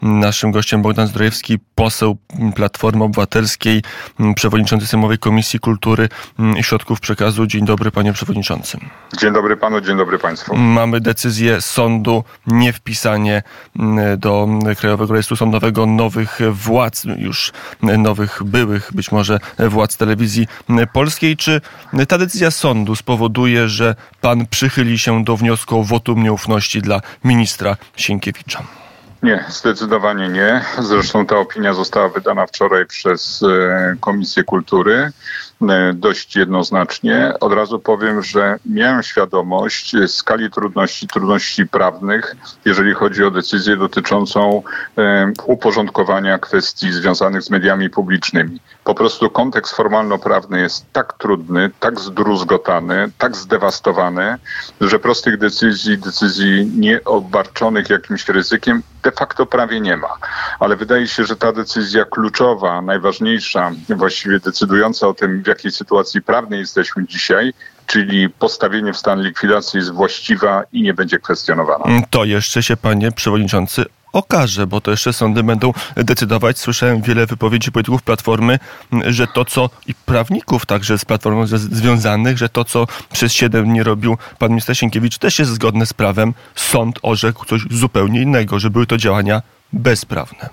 Naszym gościem Bogdan Zdrojewski, poseł Platformy Obywatelskiej, przewodniczący Sejmowej Komisji Kultury i Środków Przekazu. Dzień dobry, panie przewodniczący. Dzień dobry panu, dzień dobry państwu. Mamy decyzję sądu, niewpisanie do Krajowego Rejestru Sądowego nowych władz, już nowych byłych być może władz Telewizji Polskiej. Czy ta decyzja sądu spowoduje, że pan przychyli się do wniosku o wotum nieufności dla ministra Sienkiewicza? Nie, zdecydowanie nie. Zresztą ta opinia została wydana wczoraj przez Komisję Kultury dość jednoznacznie. Od razu powiem, że miałem świadomość skali trudności prawnych, jeżeli chodzi o decyzję dotyczącą uporządkowania kwestii związanych z mediami publicznymi. Po prostu kontekst formalno-prawny jest tak trudny, tak zdruzgotany, tak zdewastowany, że prostych decyzji nieobarczonych jakimś ryzykiem de facto prawie nie ma. Ale wydaje się, że ta decyzja kluczowa, najważniejsza, właściwie decydująca o tym, w jakiej sytuacji prawnej jesteśmy dzisiaj, czyli postawienie w stan likwidacji, jest właściwa i nie będzie kwestionowana. To jeszcze się, panie przewodniczący, okaże, bo to jeszcze sądy będą decydować. Słyszałem wiele wypowiedzi polityków Platformy, że to, co i prawników także z Platformą związanych, że to, co przez 7 dni robił pan minister Sienkiewicz, też jest zgodne z prawem. Sąd orzekł coś zupełnie innego, że były to działania bezprawne.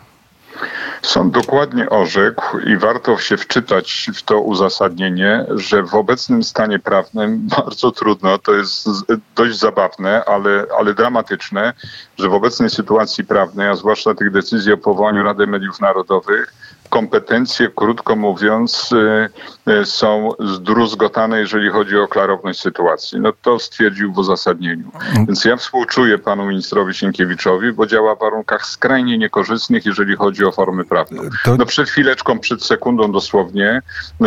Sąd dokładnie orzekł i warto się wczytać w to uzasadnienie, że w obecnym stanie prawnym bardzo trudno, to jest dość zabawne, ale dramatyczne, że w obecnej sytuacji prawnej, a zwłaszcza tych decyzji o powołaniu Rady Mediów Narodowych, kompetencje, krótko mówiąc, są zdruzgotane, jeżeli chodzi o klarowność sytuacji. No to stwierdził w uzasadnieniu. Więc ja współczuję panu ministrowi Sienkiewiczowi, bo działa w warunkach skrajnie niekorzystnych, jeżeli chodzi o formy prawne. No przed chwileczką, przed sekundą dosłownie,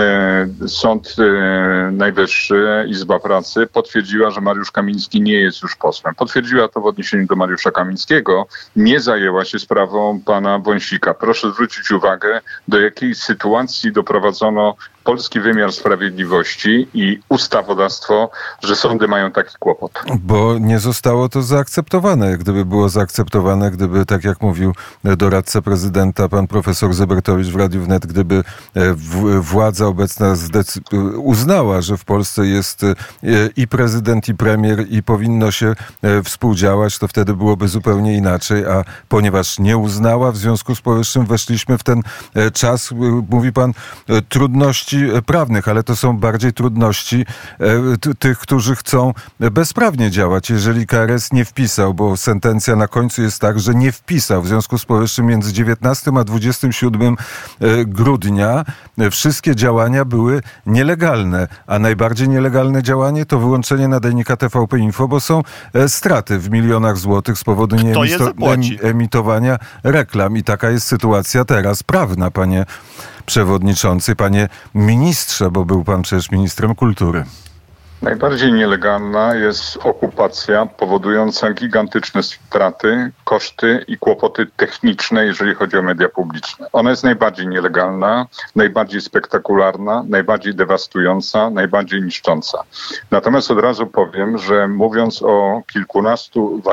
Sąd Najwyższy, Izba Pracy potwierdziła, że Mariusz Kamiński nie jest już posłem. Potwierdziła to w odniesieniu do Mariusza Kamińskiego. Nie zajęła się sprawą pana Wąsika. Proszę zwrócić uwagę, do jakiej sytuacji doprowadzono polski wymiar sprawiedliwości i ustawodawstwo, że sądy mają taki kłopot. Bo nie zostało to zaakceptowane. Gdyby było zaakceptowane, gdyby, tak jak mówił doradca prezydenta, pan profesor Zebertowicz w Radiu Wnet, gdyby władza obecna uznała, że w Polsce jest i prezydent, i premier i powinno się współdziałać, to wtedy byłoby zupełnie inaczej, a ponieważ nie uznała, w związku z powyższym weszliśmy w ten czas, mówi pan, trudności prawnych, ale to są bardziej trudności tych, którzy chcą bezprawnie działać. Jeżeli KRS nie wpisał, bo sentencja na końcu jest tak, że nie wpisał. W związku z powyższym między 19 a 27 grudnia wszystkie działania były nielegalne, a najbardziej nielegalne działanie to wyłączenie nadajnika TVP Info, bo są straty w milionach złotych z powodu nieemitowania reklam. I taka jest sytuacja teraz prawna, panie przewodniczący, panie ministrze, bo był pan przecież ministrem kultury. Najbardziej nielegalna jest okupacja powodująca gigantyczne straty, koszty i kłopoty techniczne, jeżeli chodzi o media publiczne. Ona jest najbardziej nielegalna, najbardziej spektakularna, najbardziej dewastująca, najbardziej niszcząca. Natomiast od razu powiem, że mówiąc o kilkunastu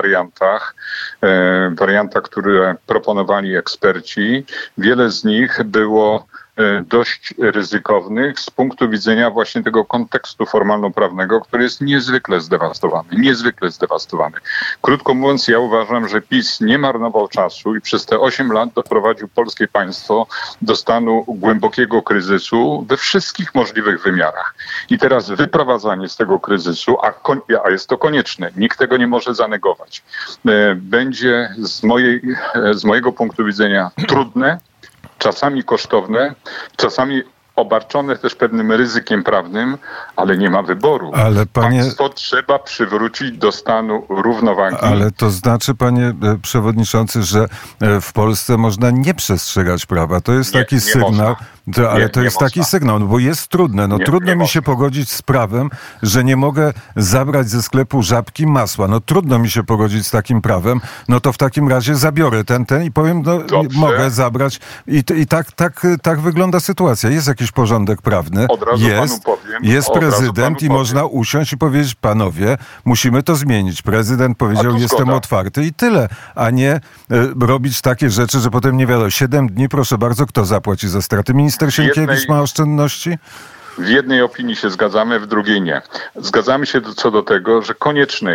wariantach, które proponowali eksperci, wiele z nich było dość ryzykownych z punktu widzenia właśnie tego kontekstu formalno-prawnego, który jest niezwykle zdewastowany. Krótko mówiąc, ja uważam, że PiS nie marnował czasu i przez te 8 lat doprowadził polskie państwo do stanu głębokiego kryzysu we wszystkich możliwych wymiarach. I teraz wyprowadzanie z tego kryzysu, a jest to konieczne, nikt tego nie może zanegować, będzie z mojego punktu widzenia trudne, czasami kosztowne, czasami obarczone też pewnym ryzykiem prawnym, ale nie ma wyboru. Ale państwo trzeba przywrócić do stanu równowagi. Ale to znaczy, panie przewodniczący, że w Polsce można nie przestrzegać prawa. To jest taki sygnał. Ale to jest taki sygnał, bo jest trudne. Trudno mi się pogodzić z prawem, że nie mogę zabrać ze sklepu żabki masła. Trudno mi się pogodzić z takim prawem. To w takim razie zabiorę ten i powiem, mogę zabrać. I tak wygląda sytuacja. Jest jakiś porządek prawny. Jest prezydent i można usiąść i powiedzieć, panowie, musimy to zmienić. Prezydent powiedział, jestem otwarty i tyle. A nie robić takie rzeczy, że potem nie wiadomo, 7 dni, proszę bardzo, kto zapłaci za straty? Minister Sienkiewicz ma oszczędności? W jednej opinii się zgadzamy, w drugiej nie. Zgadzamy się co do tego, że konieczny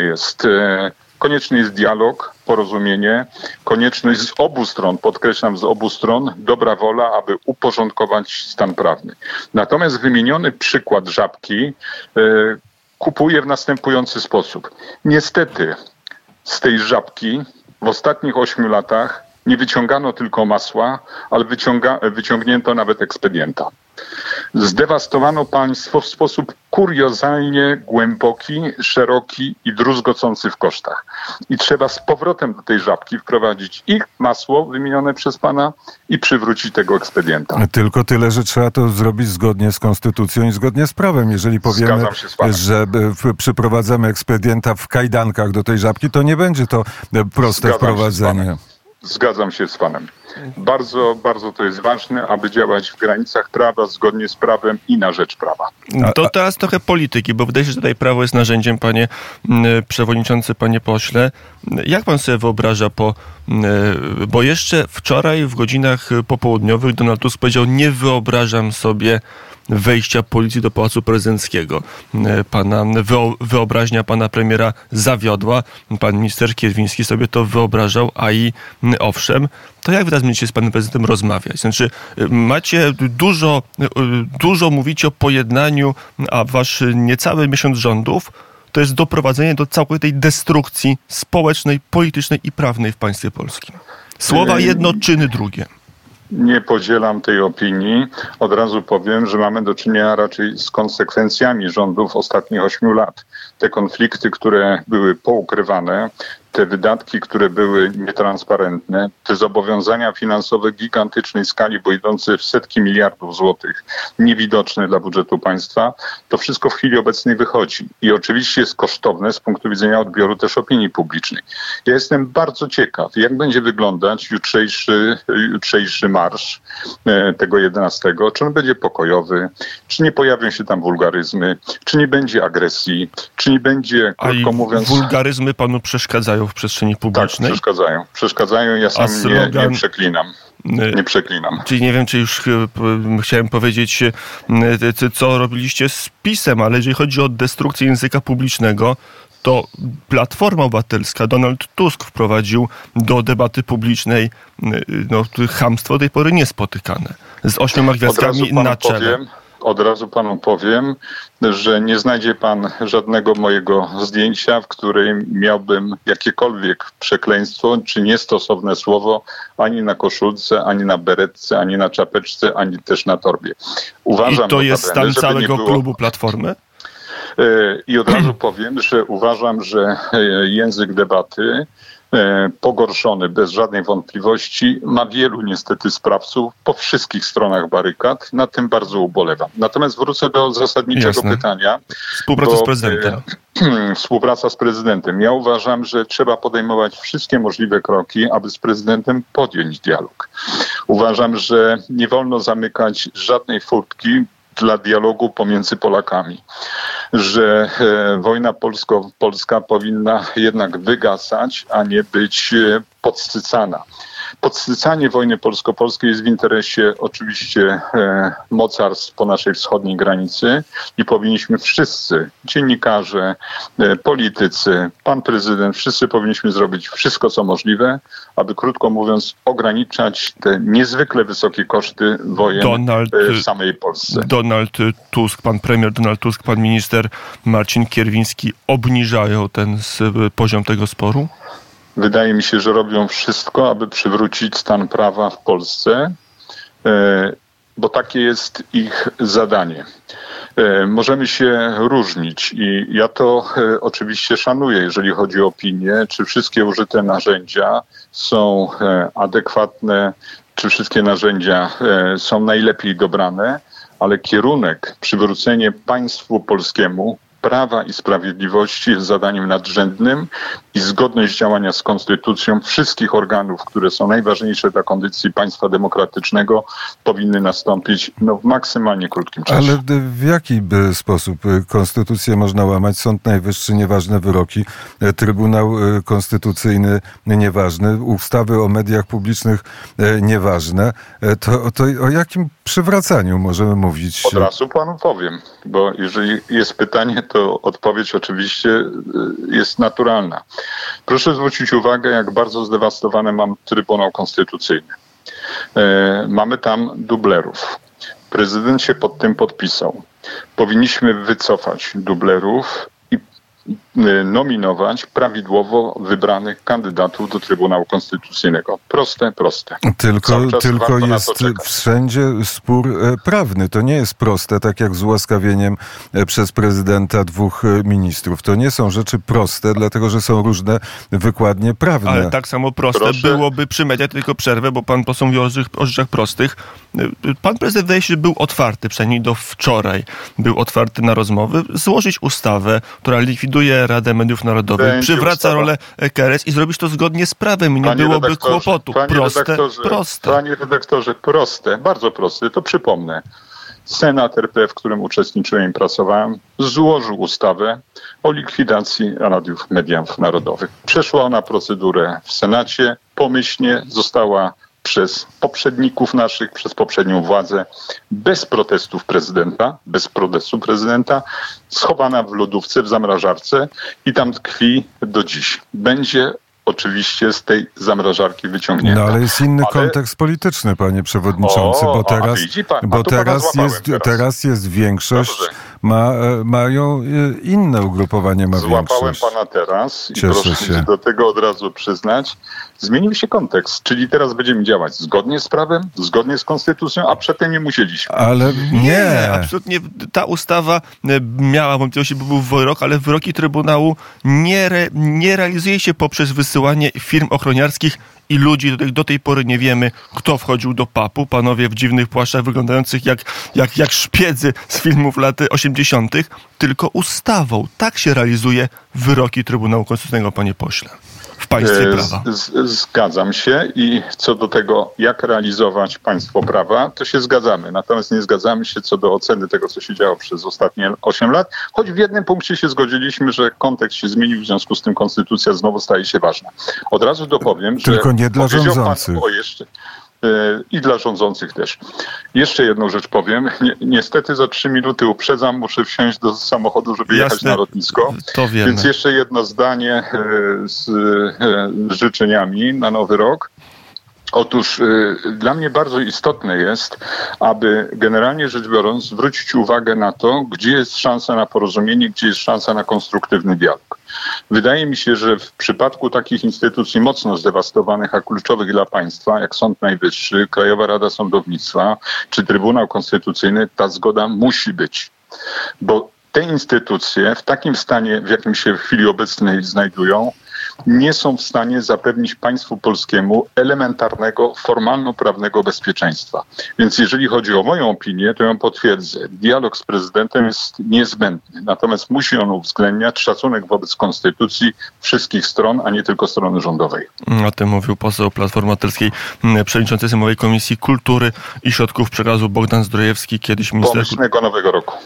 jest dialog, porozumienie, konieczność z obu stron, podkreślam z obu stron, dobra wola, aby uporządkować stan prawny. Natomiast wymieniony przykład żabki kupuję w następujący sposób. Niestety z tej żabki w ostatnich 8 latach nie wyciągano tylko masła, ale wyciągnięto nawet ekspedienta. Zdewastowano państwo w sposób kuriozalnie głęboki, szeroki i druzgocący w kosztach. I trzeba z powrotem do tej żabki wprowadzić i masło wymienione przez pana i przywrócić tego ekspedienta. Tylko tyle, że trzeba to zrobić zgodnie z konstytucją i zgodnie z prawem. Jeżeli powiemy, że przyprowadzamy ekspedienta w kajdankach do tej żabki, to nie będzie to proste wprowadzenie. Zgadzam się z panem. Bardzo, bardzo to jest ważne, aby działać w granicach prawa, zgodnie z prawem i na rzecz prawa. To teraz trochę polityki, bo wydaje się, że tutaj prawo jest narzędziem, panie przewodniczący, panie pośle. Jak pan sobie wyobraża, bo jeszcze wczoraj w godzinach popołudniowych Donald Tusk powiedział, nie wyobrażam sobie wejścia policji do Pałacu Prezydenckiego. Wyobraźnia pana premiera zawiodła. Pan minister Kierwiński sobie to wyobrażał, a i owszem. To jak wy teraz będziecie z panem prezydentem rozmawiać? Znaczy, macie dużo mówicie o pojednaniu, a wasz niecały miesiąc rządów to jest doprowadzenie do całkowitej destrukcji społecznej, politycznej i prawnej w państwie polskim. Słowa jedno, czyny drugie. Nie podzielam tej opinii. Od razu powiem, że mamy do czynienia raczej z konsekwencjami rządów ostatnich 8 lat. Te konflikty, które były poukrywane, te wydatki, które były nietransparentne, te zobowiązania finansowe gigantycznej skali, bo idące w setki miliardów złotych, niewidoczne dla budżetu państwa, to wszystko w chwili obecnej wychodzi. I oczywiście jest kosztowne z punktu widzenia odbioru też opinii publicznej. Ja jestem bardzo ciekaw, jak będzie wyglądać jutrzejszy marsz tego 11. Czy on będzie pokojowy, czy nie pojawią się tam wulgaryzmy, czy nie będzie agresji, czy nie będzie, krótko mówiąc... Wulgaryzmy panu przeszkadzają w przestrzeni publicznej? Tak, przeszkadzają. Ja sam nie przeklinam. Nie przeklinam. Czyli nie wiem, czy już chciałem powiedzieć, co robiliście z PiS-em, ale jeżeli chodzi o destrukcję języka publicznego, to Platforma Obywatelska, Donald Tusk wprowadził do debaty publicznej chamstwo do tej pory niespotykane. Z 8 gwiazdkami na czele. Od razu panu powiem, że nie znajdzie pan żadnego mojego zdjęcia, w którym miałbym jakiekolwiek przekleństwo czy niestosowne słowo ani na koszulce, ani na beretce, ani na czapeczce, ani też na torbie. Uważam, i to jest stan całego klubu Platformy? I od razu powiem, że uważam, że język debaty pogorszony bez żadnej wątpliwości ma wielu niestety sprawców po wszystkich stronach barykad. Na tym bardzo ubolewam. Natomiast wrócę do zasadniczego pytania. Współpraca z prezydentem. Współpraca z prezydentem. Ja uważam, że trzeba podejmować wszystkie możliwe kroki, aby z prezydentem podjąć dialog. Uważam, że nie wolno zamykać żadnej furtki dla dialogu pomiędzy Polakami, że wojna polska powinna jednak wygasać, a nie być podsycana. Podsycanie wojny polsko-polskiej jest w interesie oczywiście mocarstw po naszej wschodniej granicy i powinniśmy wszyscy, dziennikarze, politycy, pan prezydent, wszyscy powinniśmy zrobić wszystko, co możliwe, aby krótko mówiąc ograniczać te niezwykle wysokie koszty wojen w samej Polsce. Donald Tusk, pan premier Donald Tusk, pan minister Marcin Kierwiński obniżają ten poziom tego sporu? Wydaje mi się, że robią wszystko, aby przywrócić stan prawa w Polsce, bo takie jest ich zadanie. Możemy się różnić i ja to oczywiście szanuję, jeżeli chodzi o opinię, czy wszystkie użyte narzędzia są adekwatne czy wszystkie narzędzia są najlepiej dobrane, ale kierunek, przywrócenie państwu polskiemu prawa i sprawiedliwości jest zadaniem nadrzędnym i zgodność działania z konstytucją wszystkich organów, które są najważniejsze dla kondycji państwa demokratycznego, powinny nastąpić w maksymalnie krótkim czasie. Ale w jaki sposób konstytucję można łamać? Sąd Najwyższy nieważne wyroki, Trybunał Konstytucyjny nieważny, ustawy o mediach publicznych nieważne. To o jakim przywracaniu możemy mówić? Od razu panu powiem, bo jeżeli jest pytanie, to odpowiedź oczywiście jest naturalna. Proszę zwrócić uwagę, jak bardzo zdewastowany mam Trybunał Konstytucyjny. Mamy tam dublerów. Prezydent się pod tym podpisał. Powinniśmy wycofać dublerów i nominować prawidłowo wybranych kandydatów do Trybunału Konstytucyjnego. Proste. Tylko jest wszędzie spór prawny. To nie jest proste, tak jak z ułaskawieniem przez prezydenta 2 ministrów. To nie są rzeczy proste, dlatego że są różne wykładnie prawne. Ale tak samo proste byłoby przy mediach, tylko przerwę, bo pan poseł mówi o rzeczach prostych. Pan prezydent wydaje się, że był otwarty, przynajmniej do wczoraj był otwarty na rozmowy, złożyć ustawę, która likwiduje Radę Mediów Narodowych, przywraca rolę KRS i zrobić to zgodnie z prawem i nie byłoby kłopotu. Proste. Panie redaktorze, proste, bardzo proste. To przypomnę. Senat RP, w którym uczestniczyłem i pracowałem, złożył ustawę o likwidacji Radiów Mediów Narodowych. Przeszła ona procedurę w Senacie, pomyślnie została przez poprzedników naszych, przez poprzednią władzę, bez protestu prezydenta, schowana w lodówce, w zamrażarce i tam tkwi do dziś. Będzie oczywiście z tej zamrażarki wyciągnięta. No ale jest inny kontekst polityczny, panie przewodniczący, bo teraz jest większość, mają inne ugrupowanie, Złapałem pana teraz i proszę się do tego od razu przyznać. Zmienił się kontekst, czyli teraz będziemy działać zgodnie z prawem, zgodnie z konstytucją, a przedtem nie musieliśmy. Ale nie. Absolutnie ta ustawa miała wątpliwości, bo był wyrok, ale wyroki Trybunału nie realizuje się poprzez wysyłanie firm ochroniarskich i ludzi. Do tej pory nie wiemy, kto wchodził do PAP-u. Panowie w dziwnych płaszczach wyglądających jak szpiedzy z filmów lat 80., tylko ustawą. Tak się realizuje wyroki Trybunału Konstytucyjnego, panie pośle. W państwie prawa. Zgadzam się i co do tego, jak realizować państwo prawa, to się zgadzamy. Natomiast nie zgadzamy się co do oceny tego, co się działo przez ostatnie 8 lat, choć w jednym punkcie się zgodziliśmy, że kontekst się zmienił, w związku z tym konstytucja znowu staje się ważna. Od razu dopowiem, że... Tylko nie dla rządzących. I dla rządzących też. Jeszcze jedną rzecz powiem. Niestety za 3 minuty uprzedzam, muszę wsiąść do samochodu, żeby jechać na lotnisko. To wiemy. Więc jeszcze jedno zdanie z życzeniami na Nowy Rok. Otóż dla mnie bardzo istotne jest, aby generalnie rzecz biorąc zwrócić uwagę na to, gdzie jest szansa na porozumienie, gdzie jest szansa na konstruktywny dialog. Wydaje mi się, że w przypadku takich instytucji mocno zdewastowanych, a kluczowych dla państwa, jak Sąd Najwyższy, Krajowa Rada Sądownictwa czy Trybunał Konstytucyjny, ta zgoda musi być. Bo te instytucje w takim stanie, w jakim się w chwili obecnej znajdują, nie są w stanie zapewnić państwu polskiemu elementarnego, formalno-prawnego bezpieczeństwa. Więc jeżeli chodzi o moją opinię, to ją potwierdzę. Dialog z prezydentem jest niezbędny. Natomiast musi on uwzględniać szacunek wobec konstytucji wszystkich stron, a nie tylko strony rządowej. O tym mówił poseł Platformy Obywatelskiej, przewodniczący Sejmowej Komisji Kultury i Środków Przekazu Bogdan Zdrojewski, kiedyś minister... Pomyślnego Nowego Roku.